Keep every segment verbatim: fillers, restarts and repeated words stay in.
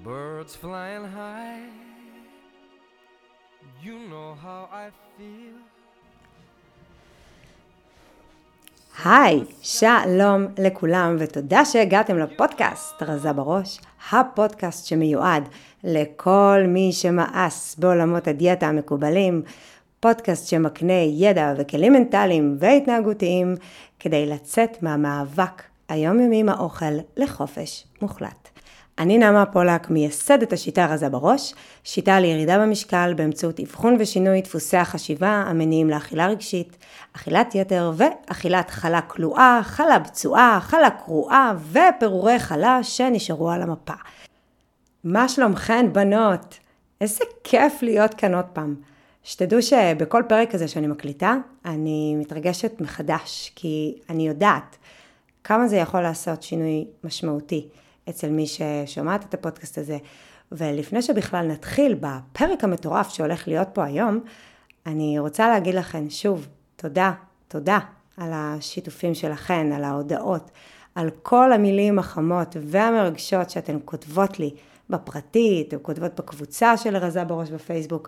Birds flying high, you know how I feel. היי, שלום לכולם ותודה שהגעתם לפודקאסט רזה בראש, הפודקאסט שמיועד לכל מי שמאס בעולמות הדיאטה המקובלים, פודקאסט שמקנה ידע וכלים מנטליים והתנהגותיים כדי לצאת מהמאבק היומיומי עם האוכל לחופש מוחלט. אני נעמה פולק, מייסדת השיטה רזה בראש, שיטה לירידה במשקל באמצעות אבחון ושינוי דפוסי החשיבה המניעים לאכילה רגשית, אכילת יתר ואכילת חלה כלואה, חלה בצועה, חלה קרועה ופירורי חלה שנשארו על המפה. מה שלומכן בנות? איזה כיף להיות כאן עוד פעם. שתדעו שבכל פרק הזה שאני מקליטה, אני מתרגשת מחדש, כי אני יודעת כמה זה יכול לעשות שינוי משמעותי אצל מי ששומעת את הפודקאסט הזה. ולפני שבכלל נתחיל בפרק המטורף שהולך להיות פה היום, אני רוצה להגיד לכם שוב, תודה, תודה על השיתופים שלכן, על ההודעות, על כל המילים החמות והמרגשות שאתן כותבות לי בפרטית, או כותבות בקבוצה של רזה בראש בפייסבוק.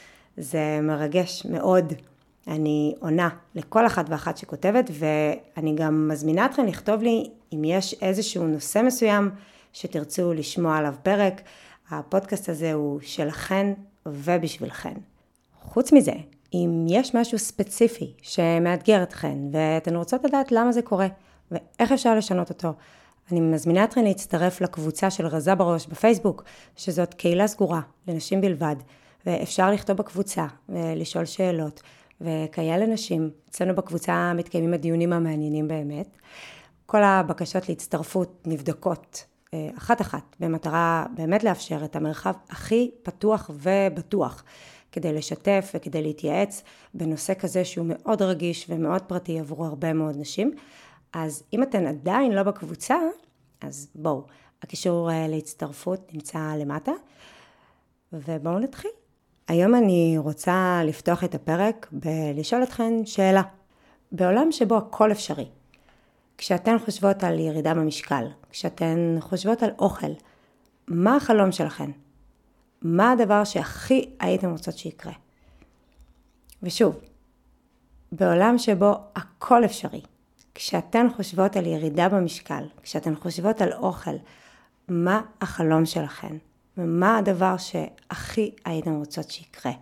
זה מרגש מאוד. אני עונה לכל אחת ואחת שכותבת, ואני גם מזמינה אתכם לכתוב לי אם יש איזשהו נושא מסוים שתרצו לשמוע עליו פרק. הפודקאסט הזה הוא שלכן ובשבילכן. חוץ מזה, אם יש משהו ספציפי שמאתגר אתכן, ואתן רוצות לדעת למה זה קורה, ואיך אפשר לשנות אותו, אני מזמינה אתכן להצטרף לקבוצה של רזה בראש בפייסבוק, שזאת קהילה סגורה לנשים בלבד, ואפשר לכתוב בקבוצה ולשאול שאלות, וכאלה לנשים, אצלנו בקבוצה מתקיימים הדיונים המעניינים באמת. כל הבקשות להצטרפות נבדקות אחת אחת, במטרה באמת לאפשר את המרחב הכי פתוח ובטוח, כדי לשתף וכדי להתייעץ בנושא כזה שהוא מאוד רגיש ומאוד פרטי עבור הרבה מאוד נשים. אז אם אתן עדיין לא בקבוצה, אז בואו, הקישור להצטרפות נמצא למטה, ובואו נתחיל. היום אני רוצה לפתוח את הפרק ולשאול אתכן שאלה. בעולם שבו הכל אפשרי, כשאתן חושבות על ירידה במשקל, כשאתן חושבות על אוכל, מה החלום שלכן? מה הדבר שהכי הייתם רוצות שיקרה? ושוב, בעולם שבו הכל אפשרי, כשאתן חושבות על ירידה במשקל, כשאתן חושבות על אוכל, מה החלום שלכן? ומה הדבר שהכי הייתם רוצות שיקרה?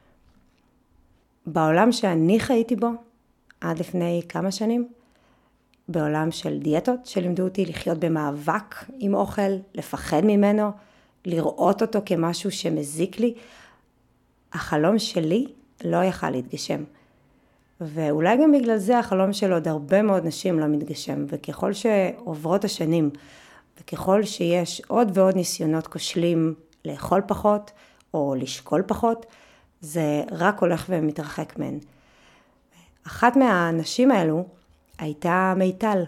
בעולם שאני חייתי בו, עד לפני כמה שנים, בעולם של דיאטות שלימדו אותי לחיות במאבק עם אוכל, לפחד ממנו, לראות אותו כמשהו שמזיק לי, החלום שלי לא יכל להתגשם. ואולי גם בגלל זה החלום של עוד הרבה מאוד נשים לא מתגשם, וככל שעוברות השנים, וככל שיש עוד ועוד ניסיונות כושלים לאכול פחות או לשקול פחות, זה רק הולך ומתרחק מהן. אחת מהנשים האלו הייתה מיטל,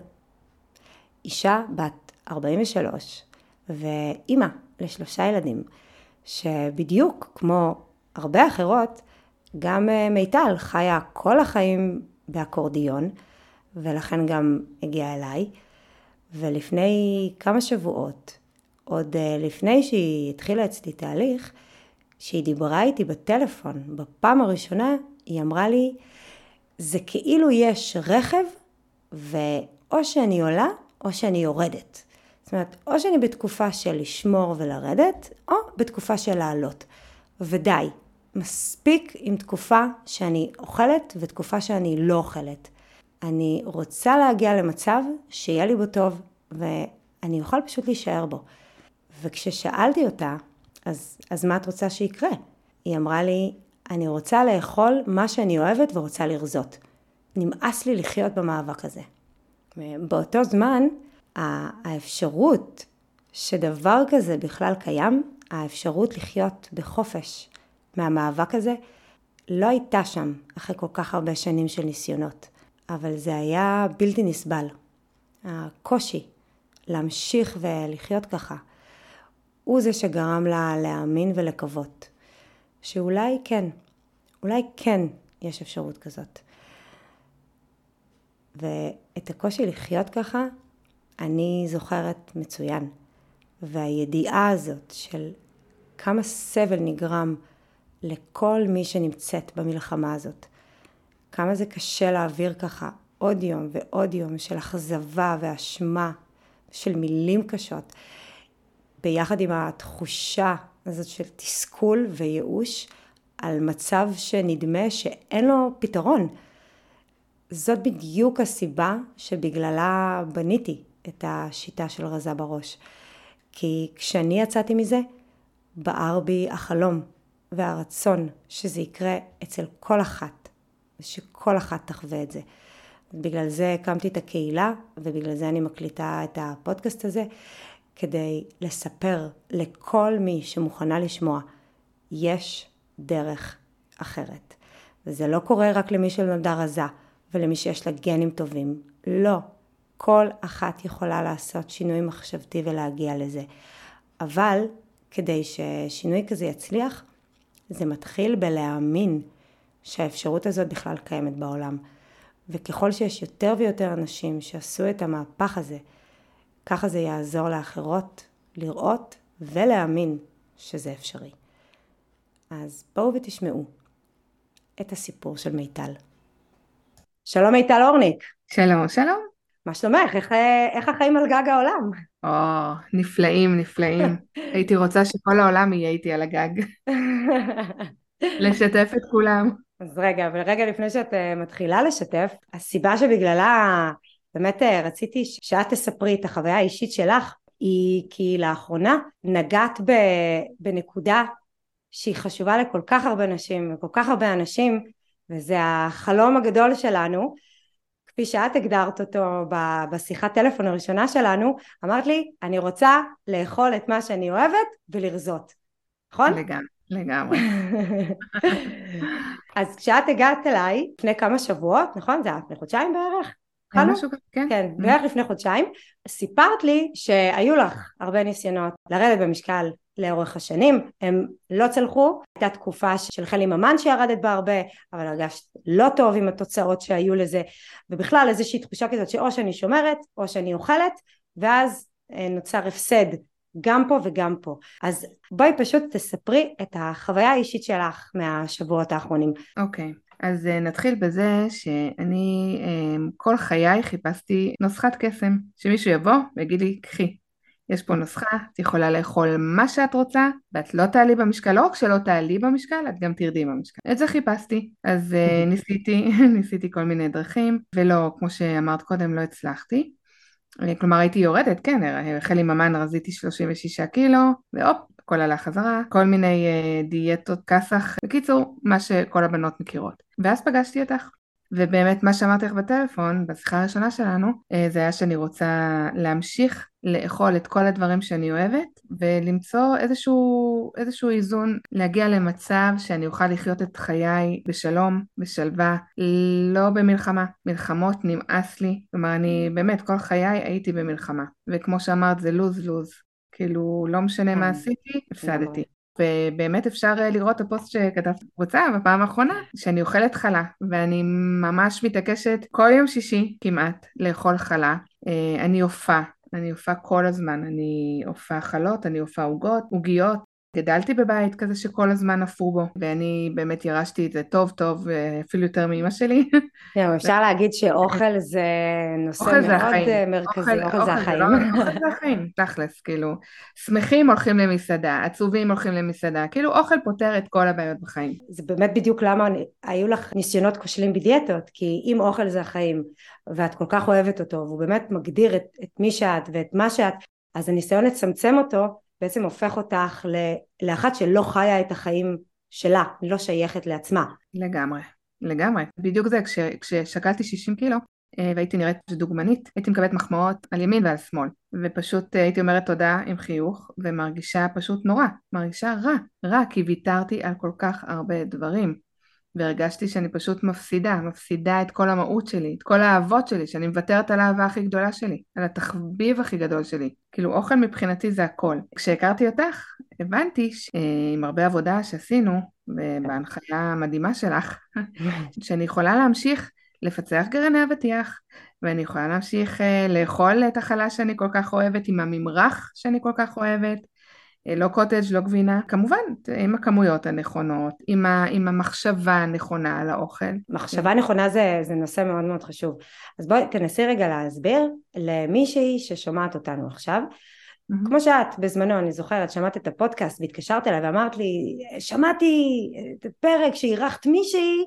אישה בת ארבעים ושלוש ואימא לשלושה ילדים, שבדיוק כמו הרבה אחרות, גם מיטל חיה כל החיים באקורדיון, ולכן גם הגיעה אליי. ולפני כמה שבועות, עוד לפני שהיא התחילה אצלי תהליך, שהיא דיברה איתי בטלפון, בפעם הראשונה, היא אמרה לי, זה כאילו יש רכב, ואו שאני עולה, או שאני יורדת. זאת אומרת, או שאני בתקופה של לשמור ולרדת, או בתקופה של לעלות. ודי, מספיק עם תקופה שאני אוכלת, ותקופה שאני לא אוכלת. אני רוצה להגיע למצב שיהיה לי בו טוב, ואני אוכל פשוט להישאר בו. וכששאלתי אותה, אז, אז מה את רוצה שיקרה? היא אמרה לי, אני רוצה לאכול מה שאני אוהבת ורוצה לרזות. נמאס לי לחיות במאבק הזה. באותו זמן, האפשרות שדבר כזה בכלל קיים, האפשרות לחיות בחופש מהמאבק הזה, לא הייתה שם אחרי כל כך הרבה שנים של ניסיונות. אבל זה היה בלתי נסבל. הקושי להמשיך ולחיות ככה, הוא זה שגרם לה להאמין ולקוות. שאולי כן, אולי כן יש אפשרות כזאת. ואת הקושי לחיות ככה, אני זוכרת מצוין. והידיעה הזאת של כמה סבל נגרם לכל מי שנמצאת במלחמה הזאת, כמה זה קשה להעביר ככה עוד יום ועוד יום של אכזבה ואשמה, של מילים קשות, ביחד עם התחושה הזאת של תסכול וייאוש, על מצב שנדמה שאין לו פתרון. זאת בדיוק הסיבה שבגללה בניתי את השיטה של רזה בראש. כי כשאני יצאתי מזה, בער בי החלום והרצון שזה יקרה אצל כל אחת, ושכל אחת תחווה את זה. בגלל זה הקמתי את הקהילה, ובגלל זה אני מקליטה את הפודקאסט הזה, כדי לספר לכל מי שמוכנה לשמוע, יש דרך אחרת. וזה לא קורה רק למי שנולדה רזה, ולמי שיש לה גנים טובים. לא. כל אחת יכולה לעשות שינוי מחשבתי ולהגיע לזה. אבל כדי ששינוי כזה יצליח, זה מתחיל בלהאמין שהאפשרות הזאת בכלל קיימת בעולם. וככל שיש יותר ויותר אנשים שעשו את המהפך הזה, ככה זה יעזור לאחרות לראות ולהאמין שזה אפשרי. אז בואו ותשמעו את הסיפור של מיטל. שלום מיטל אורניק. שלום, שלום. מה שלומך? איך, איך החיים על גג העולם? או, נפלאים, נפלאים. הייתי רוצה שכל העולם יהיה איתי על הגג. לשתף את כולם. אז רגע, אבל רגע לפני שאת מתחילה לשתף, הסיבה שבגללה באמת רציתי שאת תספרי את החוויה האישית שלך, היא כי לאחרונה נגעת בנקודה שהיא חשובה לכל כך הרבה נשים וכל כך הרבה אנשים, וזה החלום הגדול שלנו, כפי שאת הגדרת אותו בשיחת טלפון הראשונה שלנו, אמרת לי, אני רוצה לאכול את מה שאני אוהבת ולרזות, נכון? לגמרי, לגמרי. אז כשאת הגעת אליי לפני כמה שבועות, נכון? זה היה לפני חודשיים בערך? משהו, כן. כן, בערך לפני חודשיים, סיפרת לי שהיו לך הרבה ניסיונות לרדת במשקל לאורך השנים, הם לא צלחו, הייתה תקופה של חלי ממן שירדת בה הרבה, אבל הרגשת לא טוב עם התוצאות שהיו לזה, ובכלל איזושהי תחושה כזאת שאו שאני שומרת או שאני אוכלת, ואז נוצר הפסד גם פה וגם פה. אז בואי פשוט תספרי את החוויה האישית שלך מהשבועות האחרונים. אוקיי. אז נתחיל בזה שאני כל חיי חיפשתי נוסחת קסם, שמישהו יבוא ויגיד לי, קחי, יש פה נוסחה, את יכולה לאכול מה שאת רוצה, ואת לא תעלי במשקל, לא רק שלא תעלי במשקל, את גם תרדי במשקל. את זה חיפשתי, אז ניסיתי, ניסיתי כל מיני דרכים, ולא, כמו שאמרת קודם, לא הצלחתי. כלומר הייתי יורדת, כן, חלי ממן רזיתי שלושים ושישה קילו, והופ, הכל עלה חזרה, כל מיני דיאטות כסח, בקיצור, מה שכל הבנות מכירות. ואז פגשתי אותך, ובאמת מה שאמרתי לך בטלפון, בשיחה הראשונה שלנו, זה היה שאני רוצה להמשיך לאכול את כל הדברים שאני אוהבת, ולמצוא איזשהו, איזשהו איזון, להגיע למצב שאני אוכל לחיות את חיי בשלום, בשלווה, לא במלחמה. מלחמות נמאס לי, כלומר אני באמת כל חיי הייתי במלחמה, וכמו שאמרת זה לוז לוז, כאילו לא משנה מה עשיתי, הפסדתי. ובאמת אפשר לראות את הפוסט שכתבתי בקבוצה בפעם האחרונה, שאני אוכלת חלה, ואני ממש מתעקשת כל יום שישי כמעט לאכול חלה. אני אופה, אני אופה כל הזמן, אני אופה חלות, אני אופה עוגות, עוגיות. גדלתי בבית כזה שכל הזמן אפו בו, ואני באמת ירשתי את זה טוב טוב, אפילו יותר מאמא שלי. אפשר להגיד שאוכל זה נושא מאוד מרכזי, אוכל זה החיים. אוכל זה החיים, תכלס, כאילו, שמחים הולכים למסעדה, עצובים הולכים למסעדה, כאילו אוכל פותר את כל הבעיות בחיים. זה באמת בדיוק למה היו לך ניסיונות כושלים בדיאטות, כי אם אוכל זה החיים, ואת כל כך אוהבת אותו, והוא באמת מגדיר את, את מי שאת ואת מה שאת, אז הניסיון לצמצם אותו, בעצם הופך אותך לאחת שלא חיה את החיים שלה, לא שייכת לעצמה. לגמרי, לגמרי. בדיוק זה, כש, כששקלתי שישים קילו, והייתי נראית דוגמנית, הייתי מקבלת מחמאות על ימין ועל שמאל, ופשוט הייתי אומרת תודה עם חיוך, ומרגישה פשוט נורא, מרגישה רע, רע, כי ויתרתי על כל כך הרבה דברים. והרגשתי שאני פשוט מפסידה, מפסידה את כל המהות שלי, את כל האהבות שלי, שאני מוותרת על האהבה הכי גדולה שלי, על התחביב הכי גדול שלי. כאילו אוכל מבחינתי זה הכל. כשהכרתי אותך, הבנתי שעם הרבה עבודה שעשינו, בהנחיה המדהימה שלך, שאני יכולה להמשיך לפצח גרעיני אבטיח, ואני יכולה להמשיך אה, לאכול את החלה שאני כל כך אוהבת, עם הממרח שאני כל כך אוהבת, אה, לא קוטג', לא גבינה, כמובן עם הכמויות הנכונות, עם, ה, עם המחשבה הנכונה על האוכל. מחשבה נכונה זה, זה נושא מאוד מאוד חשוב. אז בואי תנסי רגע להסביר למישהי ששומעת אותנו עכשיו, Mm-hmm. כמו שאת בזמנו, אני זוכרת, שמעת את הפודקאסט והתקשרת אליי ואמרת לי, שמעתי את הפרק שאירחת מישהי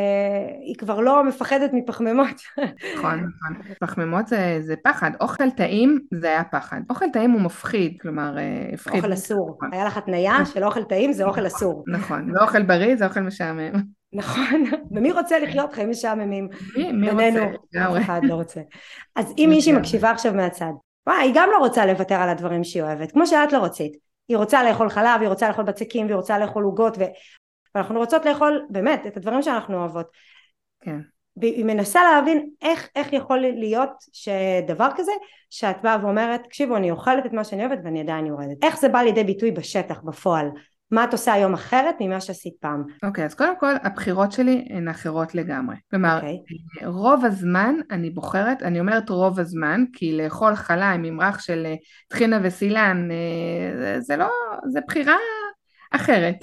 שהיא כבר לא מפחדת מפחמימות. נכון, נכון. פחמימות זה, זה פחד, אוכל טעים זה היה פחד. אוכל טעים הוא מפחיד, כלומר, הפחיד. אוכל אסור. היה לך התניה של אוכל טעים זה אוכל אסור. נכון, ואוכל בריא זה אוכל משעמם. נכון, ומי רוצה לחיות חיים משעממים? מי, מי בינינו, רוצה? אף אחד לא רוצה. אז אם מישהי מקשיבה עכשיו מהצד, וואי, היא גם לא רוצה לוותר על הדברים שהיא אוהבת, כמו שאת לא רוצית. היא רוצה לאכול חלב, היא רוצה לאכול בצקים, והיא רוצה לאכול עוגות, ו... ואנחנו רוצות לאכול באמת את הדברים שאנחנו אוהבות. כן. והיא מנסה להבין איך, איך יכול להיות שדבר כזה, שאת באה ואומרת, תקשיבו, אני אוכלת את מה שאני אוהבת ואני עדיין יורדת. איך זה בא לידי ביטוי בשטח, בפועל? מה את עושה היום אחרת ממה שעשית פעם? אוקיי, אז קודם כל, הבחירות שלי הן אחרות לגמרי. כלומר, אוקיי. רוב הזמן אני בוחרת, אני אומרת רוב הזמן, כי לאכול חלה עם ממרח של טחינה וסילן, זה, זה לא, זה בחירה אחרת.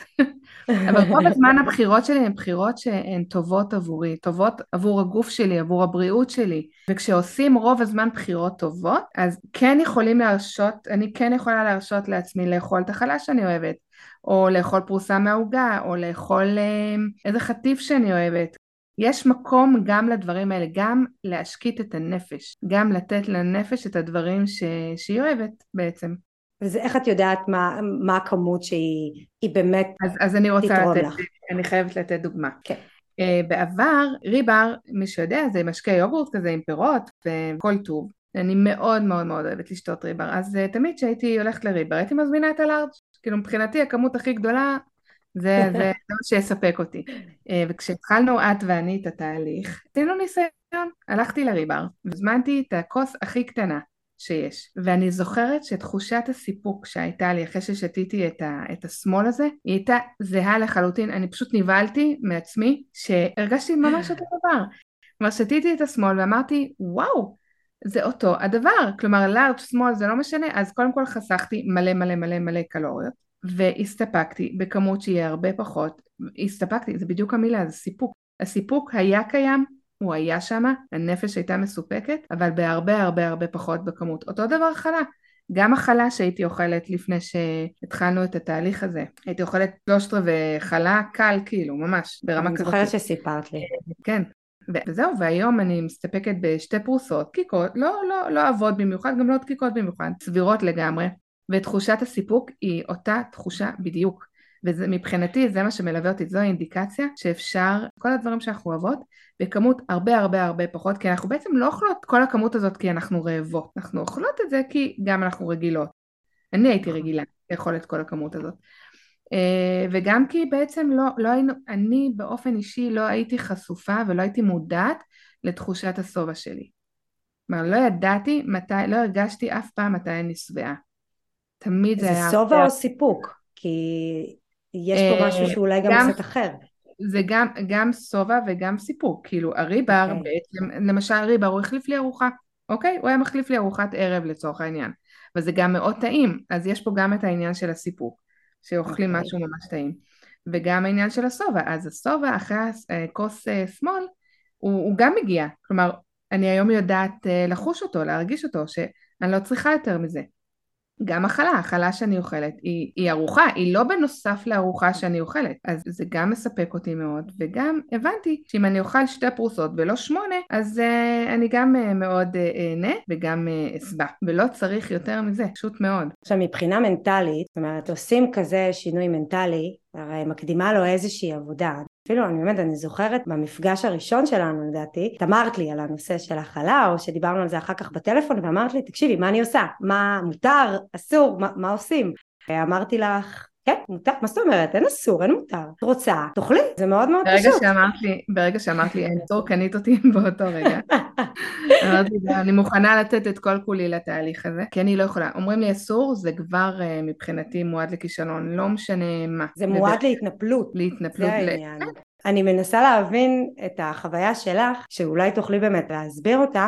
אבל רוב הזמן הבחירות שלי הן בחירות שהן טובות עבורי, טובות עבור הגוף שלי, עבור הבריאות שלי. וכשעושים רוב הזמן בחירות טובות, אז כן יכולים להרשות, אני כן יכולה להרשות לעצמי לאכול את החלה שאני אוהבת, או לאכול פרוסה מהעוגה, או לאכול איזה חטיף שאני אוהבת. יש מקום גם לדברים האלה, גם להשקיט את הנפש, גם לתת לנפש את הדברים ש... שהיא אוהבת בעצם. וזה איך את יודעת מה, מה הכמות שהיא באמת אז, אז אני רוצה תתרום לתת, לך? אני חייבת לתת דוגמה. כן. Uh, בעבר, ריבר, מי שיודע, זה משקה יוגורט כזה עם פירות וכל טוב. אני מאוד מאוד מאוד אוהבת לשתות ריבר, אז uh, תמיד שהייתי הולכת לריבר, הייתי מזמינה את הלארג', כאילו מבחינתי הכמות הכי גדולה, זה, זה מה שיספק אותי. Uh, וכשהתחלנו את ואני את התהליך, עשינו ניסיון, הלכתי לריבר, והזמנתי את הכוס הכי קטנה שיש, ואני זוכרת שתחושת הסיפוק שהייתה לי אחרי ששתיתי את, ה, את השמאל הזה, היא הייתה זהה לחלוטין, אני פשוט נבהלתי מעצמי, שהרגשתי ממש אותו דבר. כלומר, שתיתי את השמאל ואמרתי, וואו, זה אותו הדבר, כלומר, לארג' שמאל זה לא משנה, אז קודם כל חסכתי מלא מלא מלא מלא קלוריות, והסתפקתי בכמות שיהיה הרבה פחות, הסתפקתי, זה בדיוק המילה, זה סיפוק. הסיפוק היה קיים, הוא היה שם, הנפש הייתה מסופקת, אבל בהרבה הרבה הרבה פחות בכמות. אותו דבר חלה, גם החלה שהייתי אוכלת לפני שהתחלנו את התהליך הזה, הייתי אוכלת שלושת רבעי חלה קל כאילו, ממש, ברמה אני כזאת. זוכרת שסיפרת לי. כן, וזהו, והיום אני מסתפקת בשתי פרוסות, דקיקות, לא, לא, לא עבוד במיוחד, גם לא דקיקות במיוחד, סבירות לגמרי, ותחושת הסיפוק היא אותה תחושה בדיוק. ומבחינתי זה מה שמלווה אותי, זו האינדיקציה שאפשר, כל הדברים שאנחנו אוהבות, בכמות הרבה הרבה הרבה פחות, כי אנחנו בעצם לא אוכלות כל הכמות הזאת כי אנחנו רעבות, אנחנו אוכלות את זה כי גם אנחנו רגילות. אני הייתי רגילה לאכול את כל הכמות הזאת. וגם כי בעצם לא, לא היינו, אני באופן אישי לא הייתי חשופה ולא הייתי מודעת לתחושת הסובה שלי. כלומר, לא ידעתי מתי, לא הרגשתי אף פעם מתי אני שבעה. תמיד זה היה... זה סובה או סיפוק? כי יש פה משהו שאולי גם עושה אחר. זה גם, גם סובה וגם סיפוק, כאילו הריבר okay. בעצם, למשל הריבר הוא החליף לי ארוחה, אוקיי? הוא היה מחליף לי ארוחת ערב לצורך העניין, וזה גם מאוד טעים, אז יש פה גם את העניין של הסיפוק, שאוכלים okay. משהו ממש טעים, וגם העניין של הסובה, אז הסובה אחרי כוס שמאל, הוא, הוא גם מגיע, כלומר, אני היום יודעת לחוש אותו, להרגיש אותו, שאני לא צריכה יותר מזה. גם החלה, החלה שאני אוכלת, היא, היא ארוחה, היא לא בנוסף לארוחה שאני אוכלת, אז זה גם מספק אותי מאוד, וגם הבנתי שאם אני אוכל שתי פרוסות ולא שמונה, אז uh, אני גם uh, מאוד אהנה uh, וגם uh, אסבע, ולא צריך יותר מזה, פשוט מאוד. עכשיו מבחינה מנטלית, זאת אומרת, עושים כזה שינוי מנטלי, הרי מקדימה לו איזושהי עבודה, אפילו אני באמת, אני זוכרת במפגש הראשון שלנו לדעתי, את אמרת לי על הנושא של החלה, או שדיברנו על זה אחר כך בטלפון, ואמרת לי, תקשיבי, מה אני עושה? מה מותר, אסור, מה, מה עושים? אמרתי לך, כן, מותר, מה זאת אומרת? אין אסור, אין מותר. רוצה, תאכלי, זה מאוד מאוד ברגע פשוט. שאמרת לי, ברגע שאמרת לי, אין אסור, קנית אותי באותו רגע. אמרתי, אני מוכנה לתת את כל כולי לתהליך הזה, כי אני לא יכולה. אומרים לי אסור, זה כבר מבחינתי מועד לכישלון, לא משנה מה. זה מועד להתנפלות. להתנפלות. זה העניין. אני מנסה להבין את החוויה שלך, שאולי תוכלי באמת להסביר אותה,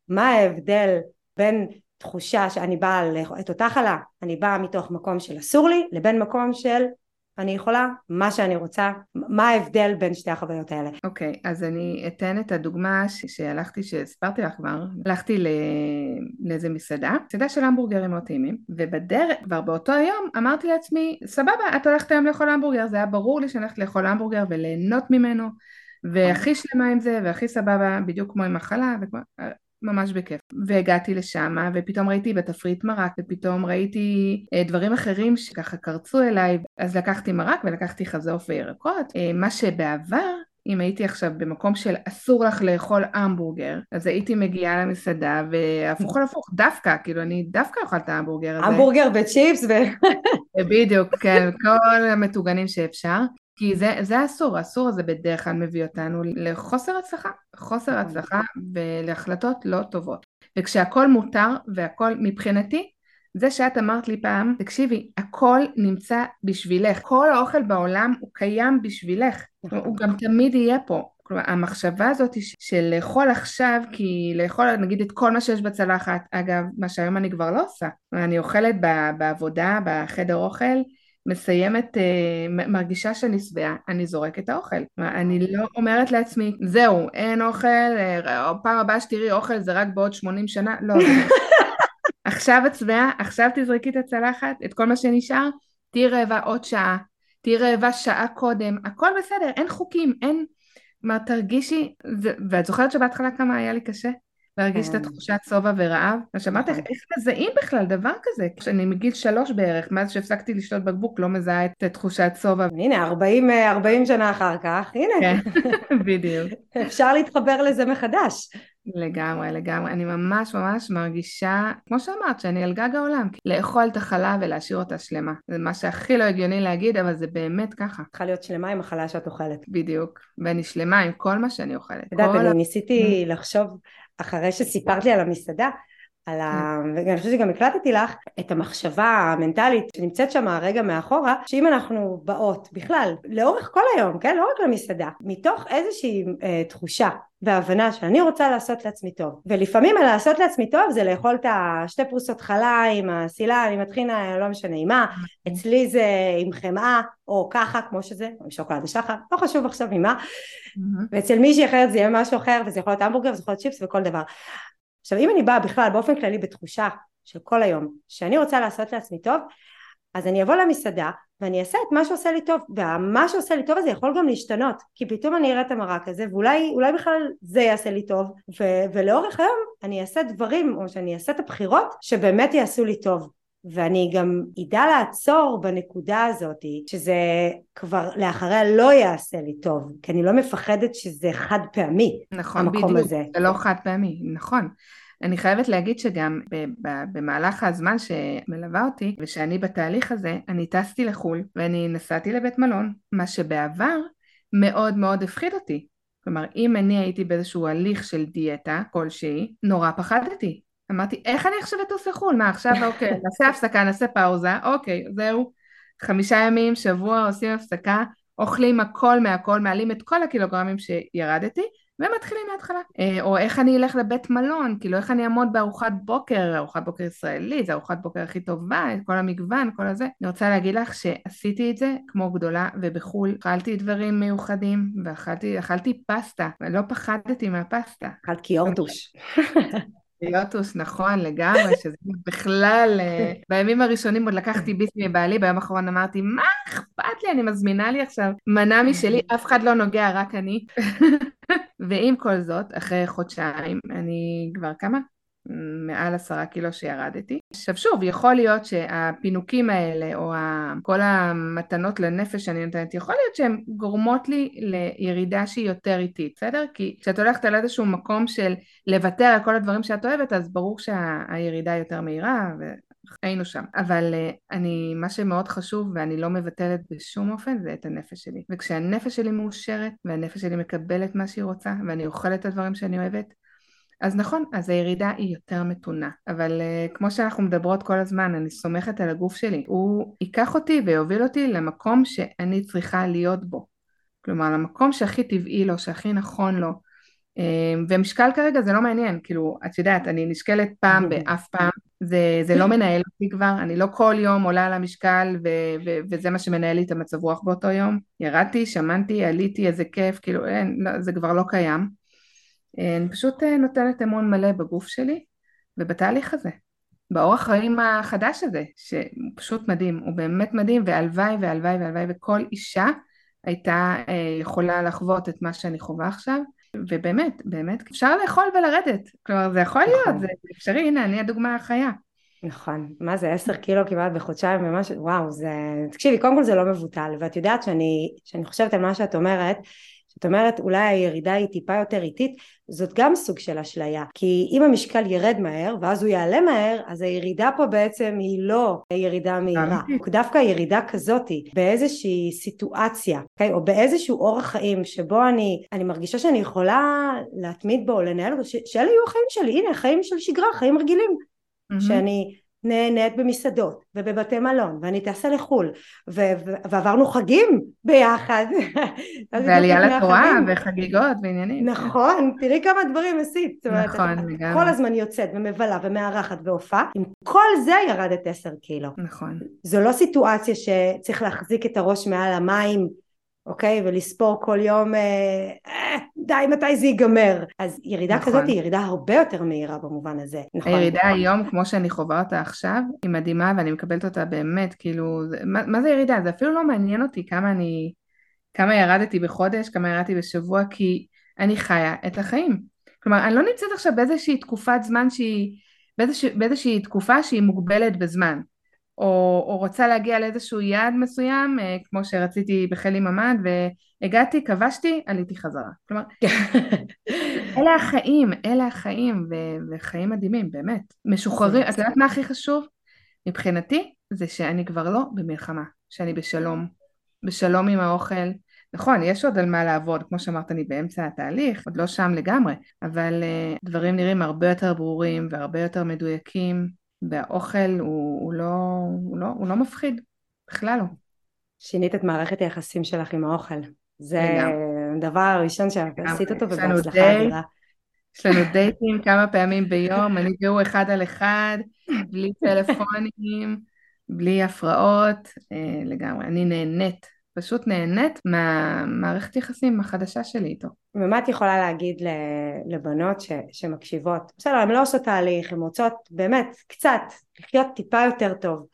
מה ההבדל בין תחושה שאני באה את אותה חלה, אני באה מתוך מקום של אסור לי, לבין מקום של אני יכולה מה שאני רוצה, מה ההבדל בין שתי החוויות האלה. אוקיי, okay, אז אני אתן את הדוגמה ש- שהלכתי, שהספרתי לך כבר, הלכתי ל- לאיזה מסעדה, מסעדה של המבורגרים מאוד טעימים, ובדרך, כבר באותו היום אמרתי לעצמי, סבבה, את הולכת היום לאכול המבורגר, זה היה ברור לי שאני הולכת לאכול המבורגר וליהנות ממנו, והכי שלמה עם זה, והכי סבבה, בדיוק כמו עם החלה, וכמו... ממש בכיף. והגעתי לשם, ופתאום ראיתי בתפריט מרק, ופתאום ראיתי אה, דברים אחרים שככה קרצו אליי, אז לקחתי מרק ולקחתי חזוף וירקות. אה, מה שבעבר, אם הייתי עכשיו במקום של אסור לך לאכול המבורגר, אז הייתי מגיעה למסעדה, והפוך על הפוך, דווקא, כאילו אני דווקא אוכל את ההמבורגר הזה. המבורגר וצ'יפס ו... בדיוק, כן, כל המתוגנים שאפשר. כי זה, זה אסור, האסור הזה בדרך כלל מביא אותנו לחוסר הצלחה, חוסר הצלחה ולהחלטות לא טובות. וכשהכל מותר והכל מבחינתי, זה שאת אמרת לי פעם, תקשיבי, הכל נמצא בשבילך, כל האוכל בעולם הוא קיים בשבילך, הוא גם תמיד יהיה פה. כלומר, המחשבה הזאת של לאכול עכשיו, כי לאכול נגיד את כל מה שיש בצלחת, אגב, מה שהיום אני כבר לא עושה, אני אוכלת בעבודה, בחדר אוכל, מסיימת, מרגישה שאני שבעה, אני זורקת את האוכל. אני לא אומרת לעצמי, זהו, אין אוכל, פעם הבאה שתראי אוכל זה רק בעוד שמונים שנה, לא. עכשיו את שבעה, עכשיו תזרקי את הצלחת, את כל מה שנשאר, תהי רעבה עוד שעה, תהי רעבה שעה קודם, הכל בסדר, אין חוקים, אין, מה תרגישי, ואת זוכרת שבהתחלה כמה היה לי קשה? להרגיש את התחושת שובע ורעב, ושמעת איך מזהים בכלל דבר כזה, כשאני מגיל שלוש בערך, מאז שהפסקתי לשתות בקבוק, לא מזהה את תחושת שובע. הנה, ארבעים שנה אחר כך, הנה. כן, בדיוק. אפשר להתחבר לזה מחדש. לגמרי, לגמרי, אני ממש ממש מרגישה, כמו שאמרת, שאני על גג העולם, לאכול את החלה ולהשאיר אותה שלמה. זה מה שהכי לא הגיוני להגיד, אבל זה באמת ככה. צריכה להיות שלמה עם החלה שאת אוכלת. בדיוק, ואני שלמה עם כל מה שאני אוכלת. יודעת, אני ניסיתי לחשוב, אחרי שסיפרת לי על המסעדה, על ה... ואני חושבת שגם הקלטתי לך את המחשבה המנטלית שנמצאת שם הרגע מאחורה, שאם אנחנו באות בכלל, לאורך כל היום, כן? לא רק למסעדה, מתוך איזושהי אה, תחושה והבנה שאני רוצה לעשות לעצמי טוב, ולפעמים לעשות לעצמי טוב זה לאכול את השתי פרוסות חלה עם הסילה, עם הטחינה, לא משנה עם מה, אצלי זה עם חמאה או ככה כמו שזה, או עם שוקולד השחר, לא חשוב עכשיו עם מה, ואצל מישהי אחרת זה יהיה משהו אחר, וזה יכול להיות המבורגר וזה יכול להיות צ'יפס וכל דבר. עכשיו אם אני באה בכלל באופן כללי בתחושה של כל היום שאני רוצה לעשות לעצמי טוב, אז אני אבוא למסעדה ואני אעשה את מה שעושה לי טוב, ומה שעושה לי טוב הזה יכול גם להשתנות, כי פתאום אני אראה את המרק הזה ואולי אולי בכלל זה יעשה לי טוב, ו- ולאורך היום אני אעשה דברים או שאני אעשה את הבחירות שבאמת יעשו לי טוב, ואני גם ידע לעצור בנקודה הזאת שזה כבר לאחריה לא יעשה לי טוב, כי אני לא מפחדת שזה חד פעמי. נכון, בדיוק, הזה. זה לא חד פעמי, נכון. אני חייבת להגיד שגם במהלך הזמן שמלווה אותי ושאני בתהליך הזה, אני טסתי לחול ואני נסעתי לבית מלון, מה שבעבר מאוד מאוד הפחיד אותי. כלומר, אם אני הייתי באיזשהו הליך של דיאטה כלשהי, נורא פחדתי. אמרתי, איך אני עכשיו אטוס לחול? מה עכשיו? אוקיי, נעשה הפסקה, נעשה פאוזה, אוקיי, זהו, חמישה ימים, שבוע, עושים הפסקה, אוכלים הכל מהכל, מעלים את כל הקילוגרמים שירדתי, ומתחילים מההתחלה. או איך אני אלך לבית מלון, כאילו איך אני אעמוד בארוחת בוקר, ארוחת בוקר ישראלית, זה ארוחת בוקר הכי טובה, את כל המגוון, כל הזה. אני רוצה להגיד לך שעשיתי את זה כמו גדולה, ובחול אכלתי דברים מיוחדים, ואכלתי אכלתי פסטה, ולא פחדתי מהפסטה. אכלת קיורטוש. קיורטוש, נכון, לגמרי, שזה בכלל, בימים הראשונים עוד לקחתי ביס מבעלי, ביום האחרון אמרתי, מה אכפת לי, אני מזמינה לי עכשיו מנה משלי, אף אחד לא נוגע, רק אני. ועם כל זאת, אחרי חודשיים, אני כבר כמה? מעל עשרה קילו שירדתי. עכשיו שוב, יכול להיות שהפינוקים האלה, או כל המתנות לנפש שאני נותנת, יכול להיות שהן גורמות לי לירידה שהיא יותר איטית, בסדר? כי כשאת הולכת על איזשהו מקום של לוותר על כל הדברים שאת אוהבת, אז ברור שהירידה יותר מהירה, והיינו שם. אבל אני, מה שמאוד חשוב, ואני לא מבטלת בשום אופן, זה את הנפש שלי. וכשהנפש שלי מאושרת, והנפש שלי מקבלת מה שהיא רוצה, ואני אוכלת את הדברים שאני אוהבת, אז נכון, אז הירידה היא יותר מתונה, אבל uh, כמו שאנחנו מדברות כל הזמן, אני סומכת על הגוף שלי, הוא ייקח אותי ויוביל אותי למקום שאני צריכה להיות בו, כלומר למקום שהכי טבעי לו, שהכי נכון לו, ומשקל כרגע זה לא מעניין, כאילו, את יודעת, אני נשקלת פעם באף פעם, זה, זה לא מנהל אותי כבר, אני לא כל יום עולה על המשקל, ו, ו, וזה מה שמנהל לי את המצב רוח באותו יום. ירדתי, שמנתי, עליתי, איזה כיף, כאילו, אין, לא, זה כבר לא קיים. אני פשוט נותנת אמון מלא בגוף שלי, ובתהליך הזה, באורח חיים החדש הזה, שהוא פשוט מדהים, הוא באמת מדהים, והלוואי והלוואי והלוואי, וכל אישה הייתה יכולה לחוות את מה שאני חווה עכשיו, ובאמת, באמת, אפשר לאכול ולרדת, כלומר זה יכול להיות, זה אפשרי, הנה, אני הדוגמה החיה. נכון, מה זה עשר קילו כמעט בחודשיים ממש, וואו, זה, תקשיבי, קודם כל זה לא מבוטל, ואת יודעת שאני, שאני חושבת על מה שאת אומרת, שאת אומרת אולי הירידה היא טיפה יותר איטית, זאת גם סוג של אשליה, כי אם המשקל ירד מהר ואז הוא יעלה מהר, אז הירידה פה בעצם היא לא ירידה מהירה, דווקא ירידה כזאת באיזושהי סיטואציה, okay? או באיזשהו אורח חיים שבו אני, אני מרגישה שאני יכולה להתמיד בו או לנהל אותו, שאלה יהיו החיים שלי, הנה חיים של שגרה, חיים רגילים, mm-hmm. שאני נהנית במסעדות ובבתי מלון, ואני טסה לחול, ו- ו- ועברנו חגים ביחד. ועלייה לתורה וחגיגות ועניינים. נכון, תראי כמה דברים עשית. נכון, לגמרי. כל הזמן יוצאת ומבלה ומארחת והופעה, עם כל זה ירדת עשר קילו. נכון. זו לא סיטואציה שצריך להחזיק את הראש מעל המים, אוקיי, ולספור כל יום, אה, די, מתי זה ייגמר. אז ירידה נכון. כזאת היא ירידה הרבה יותר מהירה במובן הזה. נכון. הירידה היום, כמו שאני חווה אותה עכשיו, היא מדהימה, ואני מקבלת אותה באמת, כאילו, זה, מה, מה זה ירידה? זה אפילו לא מעניין אותי כמה אני, כמה ירדתי בחודש, כמה ירדתי בשבוע, כי אני חיה את החיים. כלומר, אני לא נמצאת עכשיו באיזושהי תקופת זמן שהיא, באיזושה, באיזושהי תקופה שהיא מוגבלת בזמן. או, או רוצה להגיע לאיזשהו יעד מסוים, כמו שרציתי בחיל ממ"ד, והגעתי, כבשתי, עליתי חזרה. כלומר, אלה החיים, אלה החיים, ו- וחיים מדהימים, באמת. משוחררים, את יודעת מה הכי חשוב? מבחינתי, זה שאני כבר לא במלחמה, שאני בשלום, בשלום עם האוכל. נכון, יש עוד על מה לעבוד, כמו שאמרת, אני באמצע התהליך, עוד לא שם לגמרי, אבל uh, דברים נראים הרבה יותר ברורים, והרבה יותר מדויקים, והאוכל הוא, הוא, לא, הוא, לא, הוא לא מפחיד, בכלל לא. שינית את מערכת היחסים שלך עם האוכל. זה הדבר הראשון שעשית אותו ובהצלחה אדירה. יש לנו דייטים כמה פעמים ביום, אני והוא אחד על אחד, בלי טלפונים, בלי הפרעות, אה, לגמרי. אני נהנית, פשוט נהנית מהמערכת יחסים החדשה שלי איתו. ומה את יכולה להגיד לבנות ש, שמקשיבות? בסדר, הן לא עושות תהליך, הן רוצות באמת קצת לחיות טיפה יותר טוב,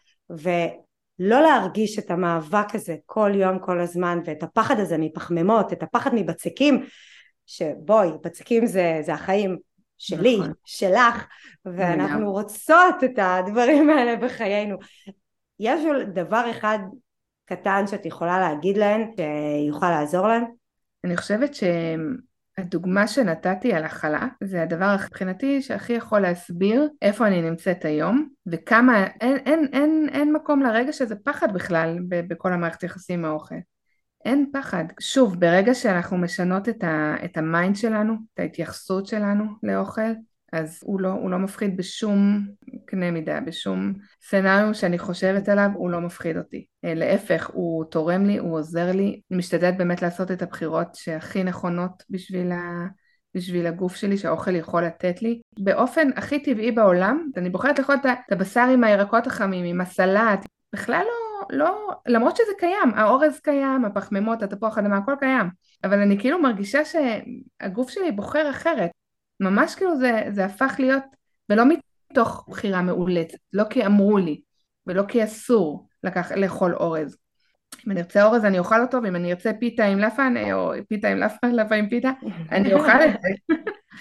ולא להרגיש את המאבק הזה כל יום, כל הזמן, ואת הפחד הזה מפחמימות, את הפחד מבצקים, שבואי, בצקים זה, זה החיים שלי, נכון. שלך, ואנחנו נכון. רוצות את הדברים האלה בחיינו. יש דבר אחד קטן שאת יכולה להגיד להן, שיוכל לעזור להן? אני חושבת שהדוגמה שנתתי על החלה, זה הדבר מבחינתי שהכי יכול להסביר איפה אני נמצאת היום, וכמה, אין, אין, אין, אין מקום לרגע שזה פחד בכלל, בכל המערכת יחסים מהאוכל. אין פחד. שוב, ברגע שאנחנו משנות את, ה, את המיינד שלנו, את ההתייחסות שלנו לאוכל, אז הוא לא, הוא לא מפחיד בשום קנה מידה, בשום סצנריו שאני חושבת עליו, הוא לא מפחיד אותי. להפך, הוא תורם לי, הוא עוזר לי. אני משתדלת באמת לעשות את הבחירות שהכי נכונות בשביל, ה, בשביל הגוף שלי, שהאוכל יכול לתת לי. באופן הכי טבעי בעולם, אני בוחרת לאכול את הבשר עם הירקות החמים, עם הסלט, בכלל לא, לא, למרות שזה קיים, האורז קיים, הפחמימות, התפוח אדמה, הכל קיים. אבל אני כאילו מרגישה שהגוף שלי בוחר אחרת. ממש כאילו זה, זה הפך להיות, ולא מתוך בחירה מאולצת, לא כי אמרו לי, ולא כי אסור לקח, לאכול אורז. אם אני ארצה אורז אני אוכל אותו, ואם אני ארצה פיתה עם לפן, או פיתה עם לפן, לפן עם פיתה, אני אוכל את זה.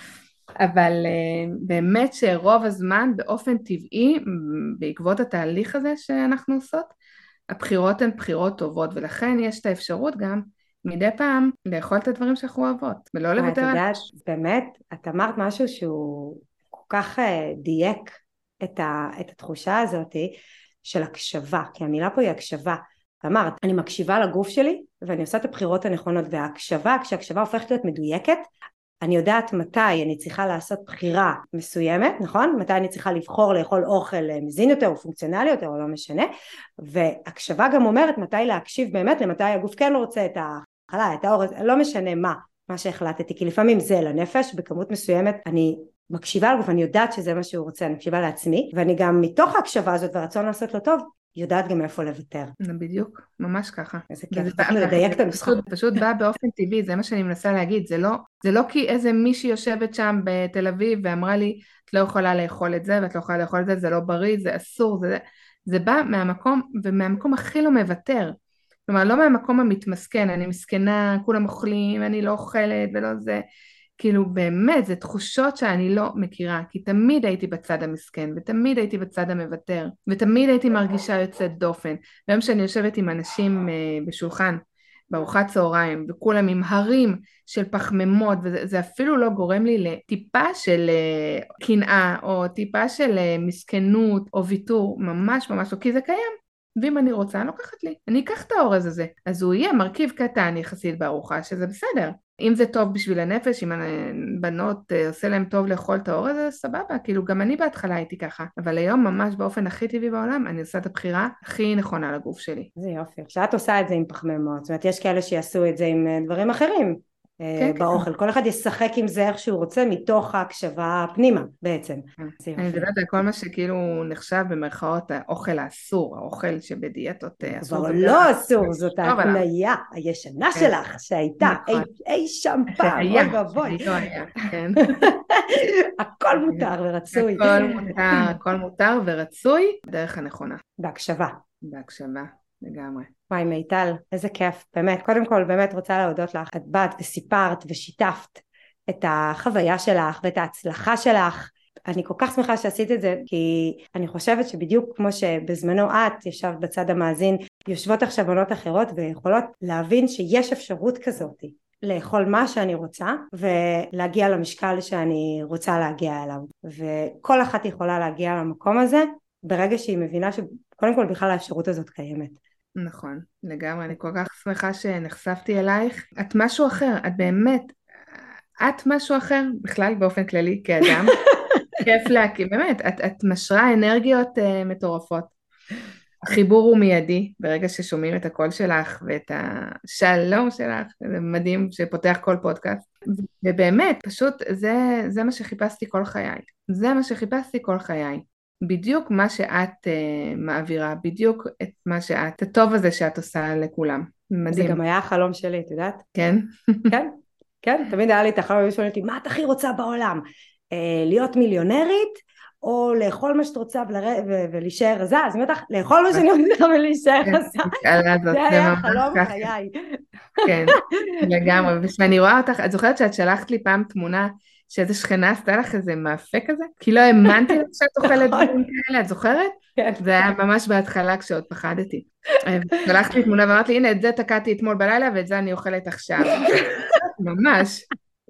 אבל באמת שרוב הזמן, באופן טבעי, בעקבות התהליך הזה שאנחנו עושות, הבחירות הן בחירות טובות, ולכן יש את האפשרות גם, מדי פעם לאכול את הדברים שאנחנו אוהבות, ולא לוותר על... את יודעת, באמת, את אמרת משהו שהוא כל כך דייק את, ה, את התחושה הזאת של הקשבה, כי המילה פה היא הקשבה. אמרת, אני מקשיבה לגוף שלי, ואני עושה את הבחירות הנכונות, וההקשבה, כשהקשבה הופכת להיות מדויקת, אני יודעת מתי אני צריכה לעשות בחירה מסוימת, נכון? מתי אני צריכה לבחור לאכול אוכל מזין יותר או פונקציונלי יותר, או לא משנה, והקשבה גם אומרת מתי להקשיב באמת, למתי הגוף כן רוצה את החלה, את האורז, לא משנה מה, מה שהחלטתי, כי לפעמים זה לנפש, בכמות מסוימת אני מקשיבה לגוף, אני יודעת שזה מה שהוא רוצה, אני מקשיבה לעצמי, ואני גם מתוך ההקשבה הזאת והרצון לעשות לו טוב, יודעת גם איפה לוותר. בדיוק, ממש ככה. איזה כיף, רק לדייק את הנוסחה. פשוט, פשוט בא באופן טבעי, זה מה שאני מנסה להגיד, זה לא, זה לא כי איזה מישהי יושבת שם בתל אביב ואמרה לי, את לא יכולה לאכול את זה, ואת לא יכולה לאכול את זה, זה לא בריא, זה אסור, זה, זה בא מהמקום, ומהמקום הכי לא מוותר. כלומר, לא מהמקום המתמסכן, אני מסכנה, כולם אוכלים, אני לא אוכלת ולא זה, כאילו באמת, זה תחושות שאני לא מכירה, כי תמיד הייתי בצד המסכן, ותמיד הייתי בצד המוותר, ותמיד הייתי מרגישה יוצאת דופן. והיום שאני יושבת עם אנשים uh, בשולחן, בארוחת צהריים, וכולם עם הרים של פחמימות, וזה אפילו לא גורם לי לטיפה של uh, קנאה, או טיפה של uh, מסכנות, או ויתור, ממש ממש לא, כי זה קיים. ואם אני רוצה, אני לוקחת לי. אני אקח את האורז הזה. אז הוא יהיה מרכיב קטן יחסית בארוחה, שזה בסדר. אם זה טוב בשביל הנפש, אם הבנות עושה להם טוב לאכול את האורז, זה סבבה. כאילו, גם אני בהתחלה הייתי ככה. אבל היום, ממש באופן הכי טבעי בעולם, אני עושה את הבחירה הכי נכונה לגוף שלי. זה יופי. כשאת עושה את זה עם פחמימות, זאת אומרת, יש כאלה שיעשו את זה עם דברים אחרים. כן, באוכל, כן. כל אחד ישחק עם זה איך שהוא רוצה מתוך ההקשבה פנימה בעצם. אני מדברת על כל מה שכאילו נחשב במרכאות האוכל האסור, האוכל שבדיאטות אסור. כבר לא אסור, זאת ההתניה הישנה שלך שהייתה אי שם פעם, אוי ואבוי. הכל מותר ורצוי. הכל מותר, הכל מותר ורצוי בדרך הנכונה. בהקשבה. בהקשבה, לגמרי. וואי מיטל, איזה כיף, באמת, קודם כל באמת רוצה להודות לך, את באת וסיפרת ושיתפת את החוויה שלך ואת ההצלחה שלך, אני כל כך שמחה שעשית את זה, כי אני חושבת שבדיוק כמו שבזמנו את ישבת בצד המאזין, יושבות עכשיו בנות אחרות ויכולות להבין שיש אפשרות כזאת, לאכול מה שאני רוצה ולהגיע למשקל שאני רוצה להגיע אליו, וכל אחת יכולה להגיע למקום הזה, ברגע שהיא מבינה שקודם כל בכלל האפשרות הזאת קיימת. נכון, לגמרי, אני כל כך שמחה שנחשפתי אלייך. את משהו אחר, את באמת, את משהו אחר, בכלל באופן כללי כאדם, כיף להכי, באמת, את, את משרה אנרגיות uh, מטורפות. החיבור הוא מיידי, ברגע ששומעים את הקול שלך ואת השלום שלך, זה מדהים שפותח כל פודקאסט, ובאמת, פשוט זה, זה מה שחיפשתי כל חיי, זה מה שחיפשתי כל חיי. בדיוק מה שאת uh, מעבירה, בדיוק את מה שאת, את הטוב הזה שאת עושה לכולם. מדהים. זה גם היה החלום שלי, את יודעת? כן? כן, כן, תמיד היה לי את החלום, ושואלים אותי, מה את הכי רוצה בעולם? אה, להיות מיליונרית, או לאכול מה שאת רוצה ולהישאר רזה? אז אני אומרת לך, לאכול מה שאני רוצה ולהישאר רזה. זה היה חלום חיי. כן, לגמרי. ושאני רואה אותך, את זוכרת שאת שלחת לי פעם תמונה, שאיזה שכנה עשתה לך איזה מאפה כזה? כי לא האמנתי לך שאת אוכלת דברים כאלה, את זוכרת? כן. זה היה ממש בהתחלה כשעוד פחדתי. שלחת לי תמונה ואמרת לי, הנה, את זה תקעתי אתמול בלילה, ואת זה אני אוכלת עכשיו. ממש.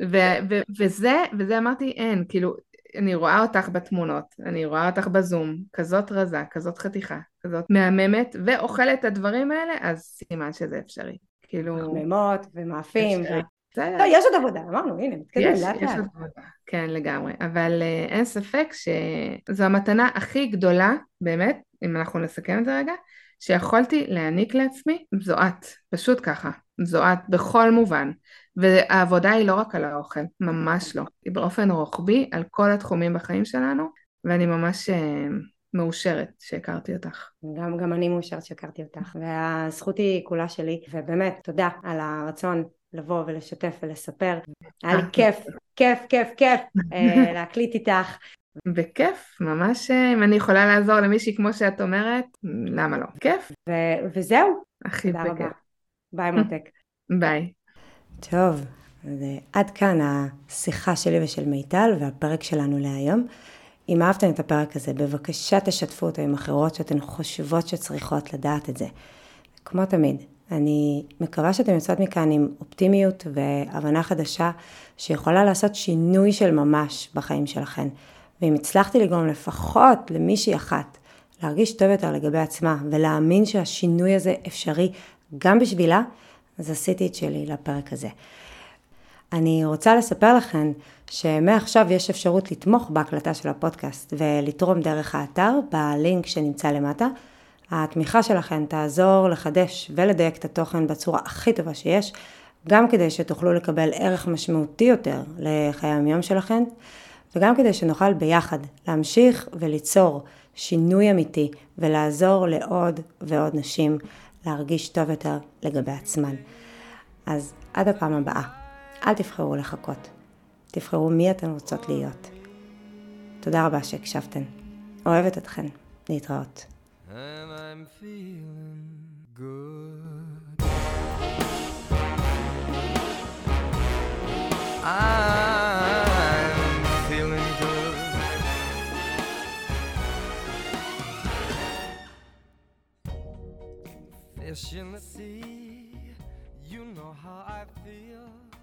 וזה, וזה אמרתי, אין, כאילו, אני רואה אותך בתמונות, אני רואה אותך בזום, כזאת רזה, כזאת חתיכה, כזאת מהממת, ואוכלת את הדברים האלה, אז סימן שזה אפשרי. כאילו... מחממות ומאפים. לא, יש עוד עבודה, אמרנו, הנה, מתקדמים לאט לאט. יש עוד עבודה, כן, לגמרי. אבל uh, אין ספק שזו המתנה הכי גדולה, באמת, אם אנחנו נסכם את זה רגע, שיכולתי להעניק לעצמי, זו את, פשוט ככה, זו את בכל מובן. והעבודה היא לא רק על האוכל, ממש לא. היא באופן רוחבי על כל התחומים בחיים שלנו, ואני ממש... Uh, מאושרת שהכרתי אותך. גם, גם אני מאושרת שהכרתי אותך, והזכות היא כולה שלי, ובאמת, תודה על הרצון לבוא ולשתף ולספר. היה לי כיף, כיף, כיף, כיף להקליט איתך. בכיף, ממש, אם אני יכולה לעזור למישהי כמו שאת אומרת, למה לא? כיף. ו- וזהו. הכי בכיף. ביי מותק. ביי. טוב, אז עד כאן השיחה שלי ושל מיטל, והפרק שלנו להיום. אם אהבתם את הפרק הזה, בבקשה תשתפו אותו עם אחרות שאתן חושבות שצריכות לדעת את זה. כמו תמיד, אני מקווה שאתם יוצאות מכאן עם אופטימיות והבנה חדשה שיכולה לעשות שינוי של ממש בחיים שלכן. ואם הצלחתי לגרום לפחות למישהי אחת להרגיש טוב יותר לגבי עצמה ולהאמין שהשינוי הזה אפשרי גם בשבילה, אז עשיתי את שלי לפרק הזה. אני רוצה לספר לכם שמעכשיו יש אפשרות לתמוך בהקלטה של הפודקאסט ולתרום דרך האתר בלינק שנמצא למטה. התמיכה שלכם תעזור לחדש ולדייק את התוכן בצורה הכי טובה שיש, גם כדי שתוכלו לקבל ערך משמעותי יותר לחיי היום שלכם, וגם כדי שנוכל ביחד להמשיך וליצור שינוי אמיתי ולעזור לעוד ועוד נשים להרגיש טוב יותר לגבי עצמן. אז עד הפעם הבאה, אל תבחרו לחכות, תבחרו מי אתן רוצות להיות. תודה רבה שהקשבתן, אוהבת אתכן, להתראות. And I'm feeling good. I'm feeling good. Fish in the sea, you know how I feel.